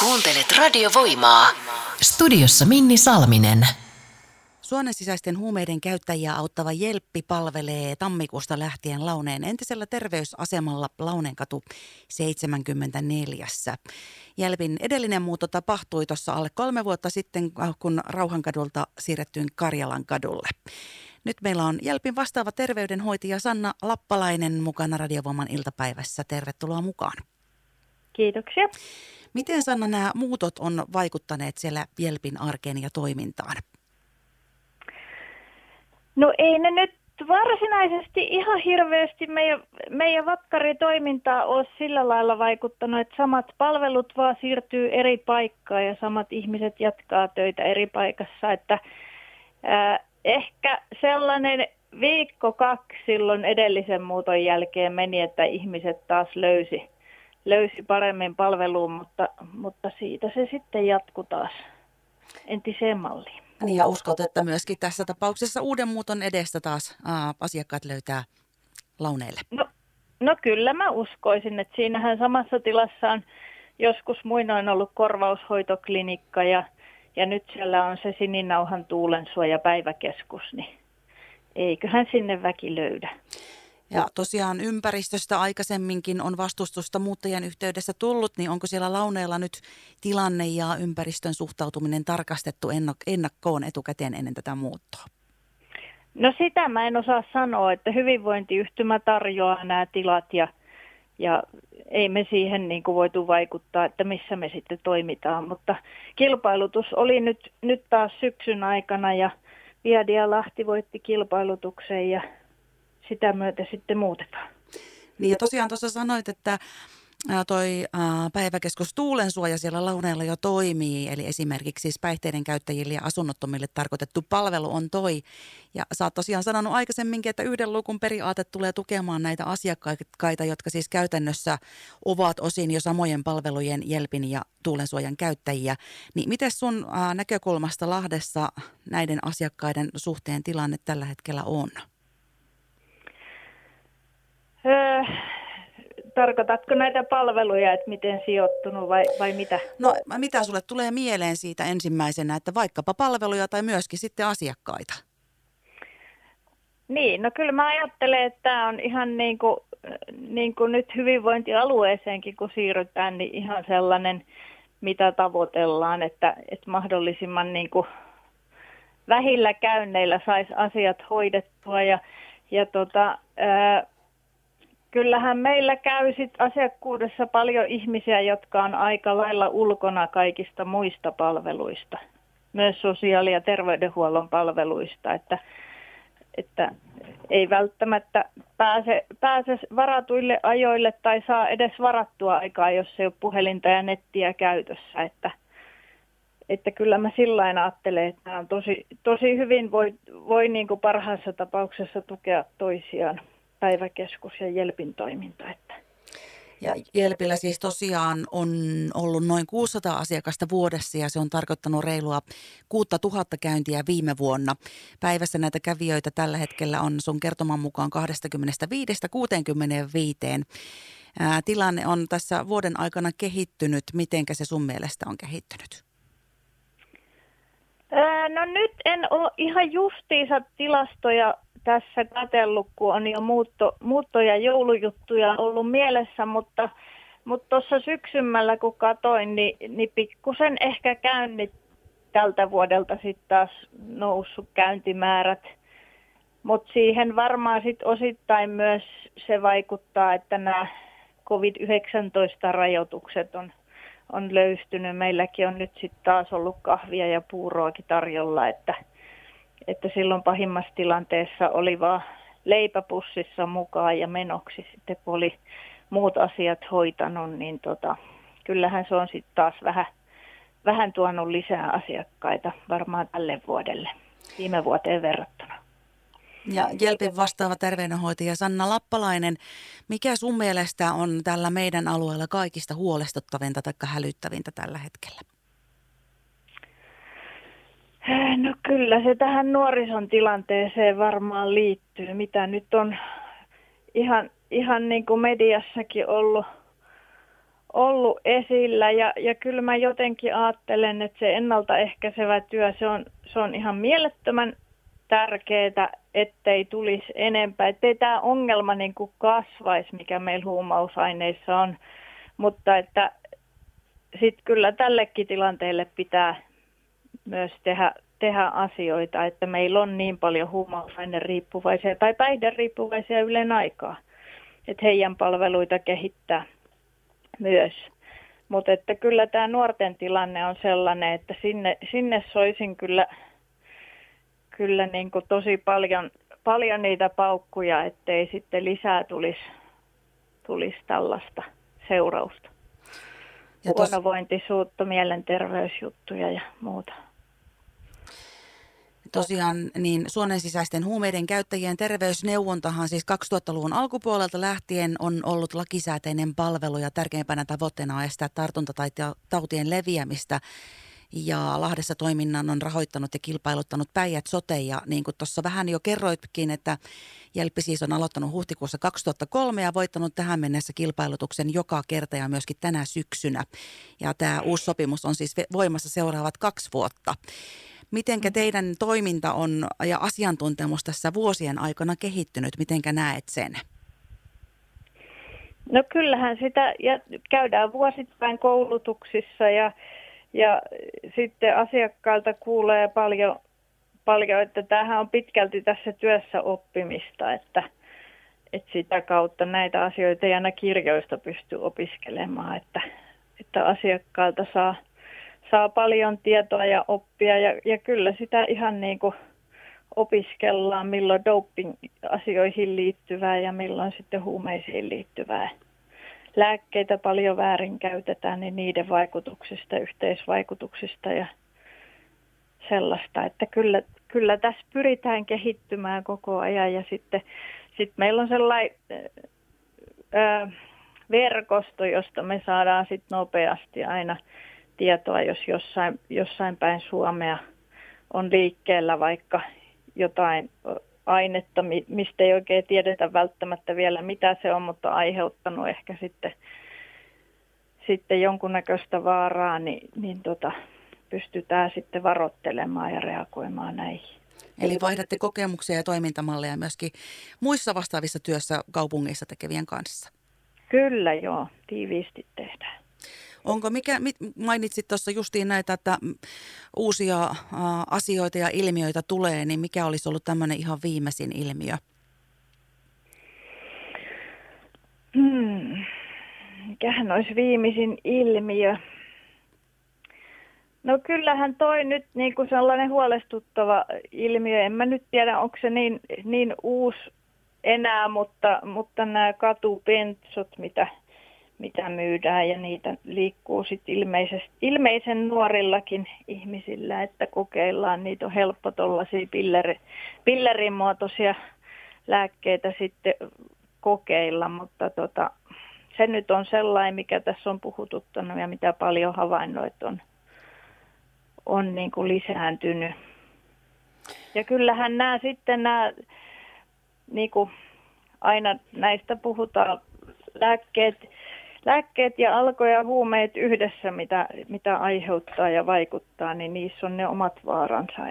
Kuuntelet Radio Voimaa. Studiossa Minni Salminen. Suonen sisäisten huumeiden käyttäjiä auttava Jelppi palvelee tammikuusta lähtien Launeen entisellä terveysasemalla Launenkatu 74. Jelpin edellinen muutto tapahtui tuossa alle 3 vuotta sitten, kun Rauhankadulta siirrettyyn Karjalan kadulle. Nyt meillä on Jelpin vastaava terveydenhoitaja Sanna Lappalainen mukana Radio Voiman iltapäivässä. Tervetuloa mukaan. Kiitoksia. Miten, Sanna, nämä muutot on vaikuttaneet siellä Jelpin arkeen ja toimintaan? No ei ne nyt varsinaisesti ihan hirveästi meidän vatkaritoimintaa ole sillä lailla vaikuttanut, että samat palvelut vaan siirtyy eri paikkaan ja samat ihmiset jatkaa töitä eri paikassa. Että, ehkä sellainen 1-2 silloin edellisen muuton jälkeen meni, että ihmiset taas löysi paremmin palveluun, mutta siitä se sitten jatkuu taas entiseen malliin. Niin, ja uskot, että myöskin tässä tapauksessa uuden muuton edestä taas asiakkaat löytää Launeelle? No kyllä mä uskoisin, että siinähän samassa tilassa on joskus muinoin ollut korvaushoitoklinikka ja nyt siellä on se Sininauhan tuulensuoja päiväkeskus, niin eiköhän sinne väki löydä. Ja tosiaan ympäristöstä aikaisemminkin on vastustusta muuttajien yhteydessä tullut, niin onko siellä Launeella nyt tilanne ja ympäristön suhtautuminen tarkastettu ennakkoon etukäteen ennen tätä muuttoa? No sitä mä en osaa sanoa, että hyvinvointiyhtymä tarjoaa nämä tilat ja ei me siihen niin kuin voitu vaikuttaa, että missä me sitten toimitaan, mutta kilpailutus oli nyt taas syksyn aikana ja Viadia Lahti voitti kilpailutuksen ja sitä myötä sitten muutetaan. Niin ja tosiaan tuossa sanoit, että toi päiväkeskus Tuulensuoja siellä Launeella jo toimii, eli esimerkiksi siis päihteiden käyttäjille ja asunnottomille tarkoitettu palvelu on toi. Ja sä oot tosiaan sanonut aikaisemminkin, että yhden luukun periaate tulee tukemaan näitä asiakkaita, jotka siis käytännössä ovat osin jo samojen palvelujen Jelpin ja Tuulensuojan käyttäjiä. Niin miten sun näkökulmasta Lahdessa näiden asiakkaiden suhteen tilanne tällä hetkellä on? Tarkoitatko näitä palveluja, että miten sijoittunut vai mitä? No mitä sulle tulee mieleen siitä ensimmäisenä, että vaikkapa palveluja tai myöskin sitten asiakkaita? Niin, no kyllä mä ajattelen, että tämä on ihan niin kuin nyt hyvinvointialueeseenkin kun siirrytään, niin ihan sellainen, mitä tavoitellaan, että mahdollisimman niin kuin vähillä käynneillä saisi asiat hoidettua kyllähän meillä käy sit asiakkuudessa paljon ihmisiä, jotka on aika lailla ulkona kaikista muista palveluista, myös sosiaali- ja terveydenhuollon palveluista, että ei välttämättä pääse varatuille ajoille tai saa edes varattua aikaa, jos ei ole puhelinta ja nettiä käytössä, että kyllä mä sillain ajattelen, että nämä on tosi hyvin voi niin kuin parhaassa tapauksessa tukea toisiaan. Päiväkeskus ja Jelpin toiminta. Ja Jelpillä siis tosiaan on ollut noin 600 asiakasta vuodessa ja se on tarkoittanut reilua 6000 käyntiä viime vuonna. Päivässä näitä kävijöitä tällä hetkellä on sun kertoman mukaan 25-65. Tilanne on tässä vuoden aikana kehittynyt. Mitenkä se sun mielestä on kehittynyt? No nyt en ole ihan justiinsa tilastoja tässä katsellut, kun on jo muutto- ja joulujuttuja ollut mielessä, mutta tuossa syksymällä kun katsoin, niin pikkusen ehkä käynnit tältä vuodelta sitten taas noussut käyntimäärät, mutta siihen varmaan sitten osittain myös se vaikuttaa, että nämä COVID-19-rajoitukset on löystynyt. Meilläkin on nyt sitten taas ollut kahvia ja puuroakin tarjolla, että silloin pahimmassa tilanteessa oli vaan leipäpussissa mukaan ja menoksi sitten, kun oli muut asiat hoitanut, niin kyllähän se on sitten taas vähän tuonut lisää asiakkaita varmaan tälle vuodelle viime vuoteen verrattuna. Ja Jelpin vastaava terveydenhoitaja Sanna Lappalainen, mikä sun mielestä on tällä meidän alueella kaikista huolestuttavinta tai hälyttävintä tällä hetkellä? No kyllä se tähän nuorison tilanteeseen varmaan liittyy, mitä nyt on ihan niin kuin mediassakin ollut esillä ja kyllä mä jotenkin ajattelen, että se ennaltaehkäisevä työ, se on ihan mielettömän tärkeää, ettei tulisi enempää, ettei tämä ongelma niin kuin kasvaisi, mikä meillä huumausaineissa on, mutta että sitten kyllä tällekin tilanteelle pitää myös tehdä asioita, että meillä on niin paljon huumausaineriippuvaisia tai päihderiippuvaisia ylen aikaa, että heidän palveluita kehittää myös. Mutta että kyllä tämä nuorten tilanne on sellainen, että sinne soisin kyllä niin kuin tosi paljon niitä paukkuja, ettei sitten lisää tulisi tällaista seurausta. Huonovointisuutta, mielenterveysjuttuja ja muuta. Tosiaan niin suonen sisäisten huumeiden käyttäjien terveysneuvontahan siis 2000-luvun alkupuolelta lähtien on ollut lakisääteinen palvelu ja tärkeimpänä tavoitteena on estää tartuntatautien leviämistä. Ja Lahdessa toiminnan on rahoittanut ja kilpailuttanut Päijät Sote ja niin kuin tuossa vähän jo kerroitkin, että Jelppi siis on aloittanut huhtikuussa 2003 ja voittanut tähän mennessä kilpailutuksen joka kerta ja myöskin tänä syksynä. Ja tämä uusi sopimus on siis voimassa seuraavat 2 vuotta. Mitenkä teidän toiminta on ja asiantuntemus tässä vuosien aikana kehittynyt? Mitenkä näet sen? No kyllähän sitä käydään vuosittain koulutuksissa ja sitten asiakkailta kuulee paljon, että tämähän on pitkälti tässä työssä oppimista, että sitä kautta näitä asioita ei aina kirjoista pysty opiskelemaan, että asiakkailta saa paljon tietoa ja oppia ja kyllä sitä ihan niin kuin opiskellaan, milloin doping-asioihin liittyvää ja milloin sitten huumeisiin liittyvää. Lääkkeitä paljon väärinkäytetään, niin niiden vaikutuksista, yhteisvaikutuksista ja sellaista, että kyllä tässä pyritään kehittymään koko ajan ja sitten meillä on sellainen verkosto, josta me saadaan sitten nopeasti aina tietoa, jos jossain päin Suomea on liikkeellä vaikka jotain ainetta, mistä ei oikein tiedetä välttämättä vielä mitä se on, mutta aiheuttanut ehkä sitten jonkunnäköistä vaaraa, niin pystytään sitten varoittelemaan ja reagoimaan näihin. Eli vaihdatte kokemuksia ja toimintamalleja myöskin muissa vastaavissa työssä kaupungeissa tekevien kanssa? Kyllä joo, tiiviisti tehdään. Onko mainitsit tuossa justiin näitä, että uusia asioita ja ilmiöitä tulee, niin mikä olisi ollut tämmöinen ihan viimeisin ilmiö? Mikähän olisi viimeisin ilmiö? No kyllähän toi nyt niin kuin sellainen huolestuttava ilmiö. En mä nyt tiedä, onko se niin uusi enää, mutta nämä katupentsot, mitä myydään ja niitä liikkuu sitten ilmeisen nuorillakin ihmisillä, että kokeillaan. Niitä on helppo tuollaisia pillerimuotoisia lääkkeitä sitten kokeilla, mutta se nyt on sellainen, mikä tässä on puhututtanut ja mitä paljon havainnoit on niin kuin lisääntynyt. Ja kyllähän nämä niin kuin aina näistä puhutaan, lääkkeet ja alko- ja huumeet yhdessä, mitä aiheuttaa ja vaikuttaa, niin niissä on ne omat vaaransa,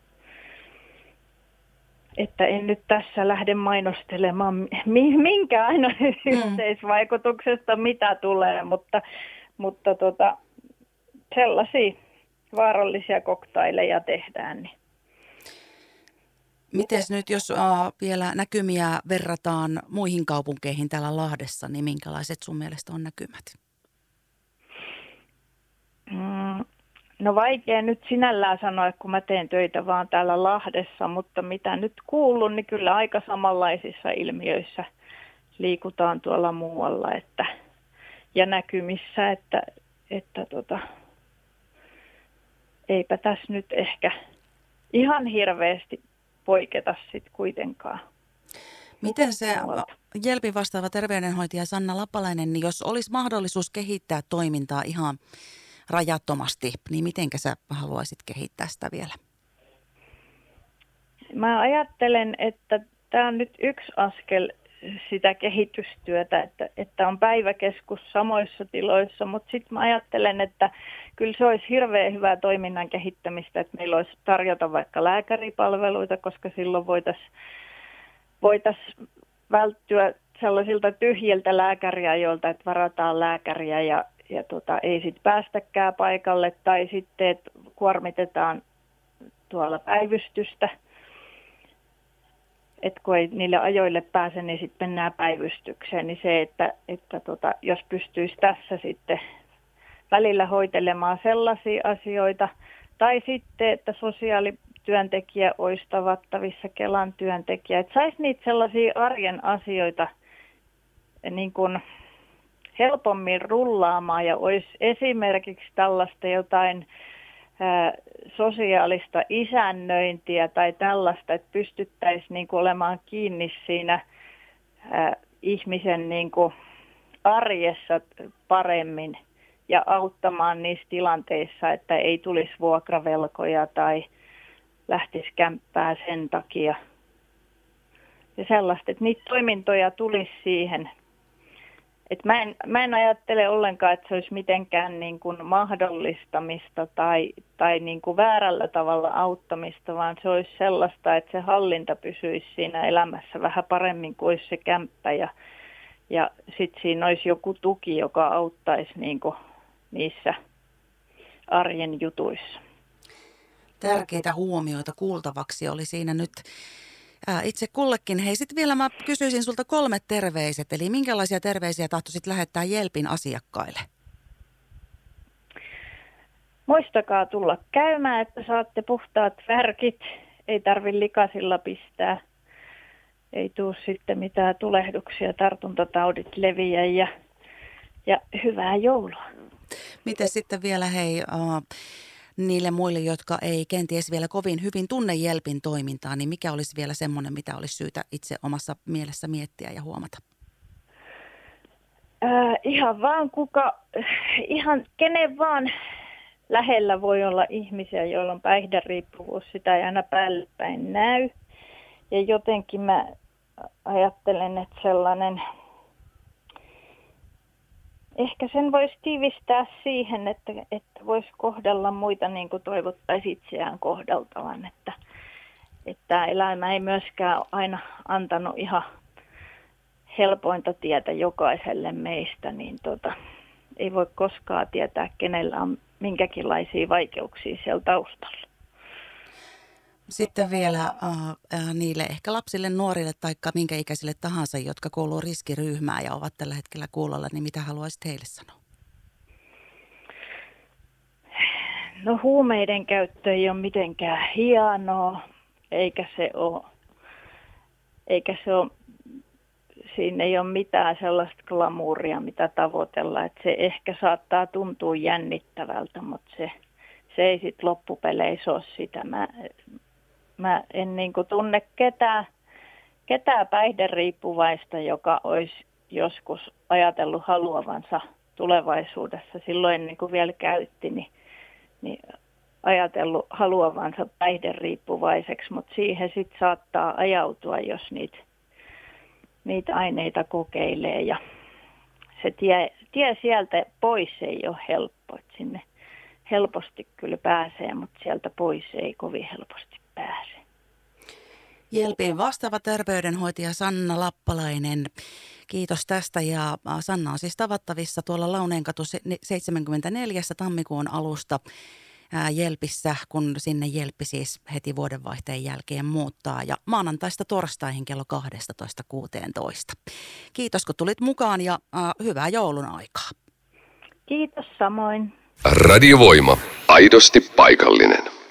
että en nyt tässä lähde mainostelemaan minkä aina yhteisvaikutuksesta mitä tulee, mutta sellaisia vaarallisia koktaileja tehdään. Niin. Mites nyt, jos vielä näkymiä verrataan muihin kaupunkeihin täällä Lahdessa, niin minkälaiset sun mielestä on näkymät? No vaikea nyt sinällään sanoa, kun mä teen töitä vaan täällä Lahdessa, mutta mitä nyt kuulun, niin kyllä aika samanlaisissa ilmiöissä liikutaan tuolla muualla ja näkymissä, että eipä tässä nyt ehkä ihan hirveästi poiketa sitten kuitenkaan. Miten se Jelpin vastaava terveydenhoitaja Sanna Lapalainen, niin jos olisi mahdollisuus kehittää toimintaa ihan rajattomasti, niin mitenkä sä haluaisit kehittää sitä vielä? Mä ajattelen, että tämä on nyt yksi askel sitä kehitystyötä, että on päiväkeskus samoissa tiloissa, mutta sitten mä ajattelen, että kyllä se olisi hirveän hyvää toiminnan kehittämistä, että meillä olisi tarjota vaikka lääkäripalveluita, koska silloin voitaisiin välttyä sellaisilta tyhjiltä lääkäriajoilta, että varataan lääkäriä ja ei sitten päästäkään paikalle, tai sitten että kuormitetaan tuolla päivystystä. Että kun ei niille ajoille pääse, niin sitten mennään päivystykseen. Niin se, että jos pystyisi tässä sitten välillä hoitelemaan sellaisia asioita, tai sitten, että sosiaalityöntekijä olisi tavattavissa, Kelan työntekijä, että saisi niitä sellaisia arjen asioita niin kuin helpommin rullaamaan, ja olisi esimerkiksi tällaista jotain sosiaalista isännöintiä tai tällaista, että pystyttäisiin niin kuin olemaan kiinni siinä ihmisen niin kuin arjessa paremmin ja auttamaan niissä tilanteissa, että ei tulisi vuokravelkoja tai lähtisi kämppää sen takia. Ja sellaista, että niitä toimintoja tulisi siihen. Et mä en ajattele ollenkaan, että se olisi mitenkään niin kuin mahdollistamista tai niin kuin väärällä tavalla auttamista, vaan se olisi sellaista, että se hallinta pysyisi siinä elämässä vähän paremmin kuin olisi se kämppä. Ja sitten siinä olisi joku tuki, joka auttaisi niin kuin niissä arjen jutuissa. Tärkeitä huomioita kuultavaksi oli siinä nyt itse kullekin. Hei, sitten vielä mä kysyisin sulta 3 terveiset, eli minkälaisia terveisiä tahtoisit lähettää Jelpin asiakkaille? Muistakaa tulla käymään, että saatte puhtaat värkit, ei tarvitse likasilla pistää, ei tule sitten mitään tulehduksia, tartuntataudit leviä ja hyvää joulua. Miten sitten vielä niille muille, jotka ei kenties vielä kovin hyvin tunne Jelpin toimintaa, niin mikä olisi vielä semmoinen, mitä olisi syytä itse omassa mielessä miettiä ja huomata? Ihan kenen vaan lähellä voi olla ihmisiä, joilla on päihderiippuvuus, sitä ei aina päälle päin näy. Ja jotenkin mä ajattelen, että sellainen, ehkä sen voisi tiivistää siihen, että voisi kohdella muita niin kuin toivottaisi itseään kohdeltavan. Että elämä ei myöskään aina antanut ihan helpointa tietä jokaiselle meistä, niin ei voi koskaan tietää, kenellä on minkäkinlaisia vaikeuksia siellä taustalla. Sitten vielä niille ehkä lapsille, nuorille tai minkä ikäisille tahansa, jotka kuuluu riskiryhmään ja ovat tällä hetkellä kuulolla, niin mitä haluaisit heille sanoa? No huumeiden käyttö ei ole mitenkään hienoa, eikä se ole, siinä ei ole mitään sellaista glamuuria, mitä tavoitella. Että se ehkä saattaa tuntua jännittävältä, mutta se ei sitten loppupeleissä ole sitä. Mä en niin kuin tunne ketään päihderiippuvaista, joka olisi joskus ajatellut haluavansa tulevaisuudessa. Silloin niin kuin vielä käytti, niin ajatellut haluavansa päihderiippuvaiseksi, mutta siihen sitten saattaa ajautua, jos niitä aineita kokeilee. Ja se tie sieltä pois ei ole helppo, että sinne helposti kyllä pääsee, mutta sieltä pois ei kovin helposti pääse. Jelpin vastaava terveydenhoitaja Sanna Lappalainen. Kiitos tästä, ja Sanna on siis tavattavissa tuolla Launeenkatu 74 tammikuun alusta Jelpissä, kun sinne Jelppi siis heti vuodenvaihteen jälkeen muuttaa, ja maanantaista torstaihin kello 12:16. Kiitos kun tulit mukaan, ja hyvää joulun aikaa. Kiitos samoin. Radiovoima. Aidosti paikallinen.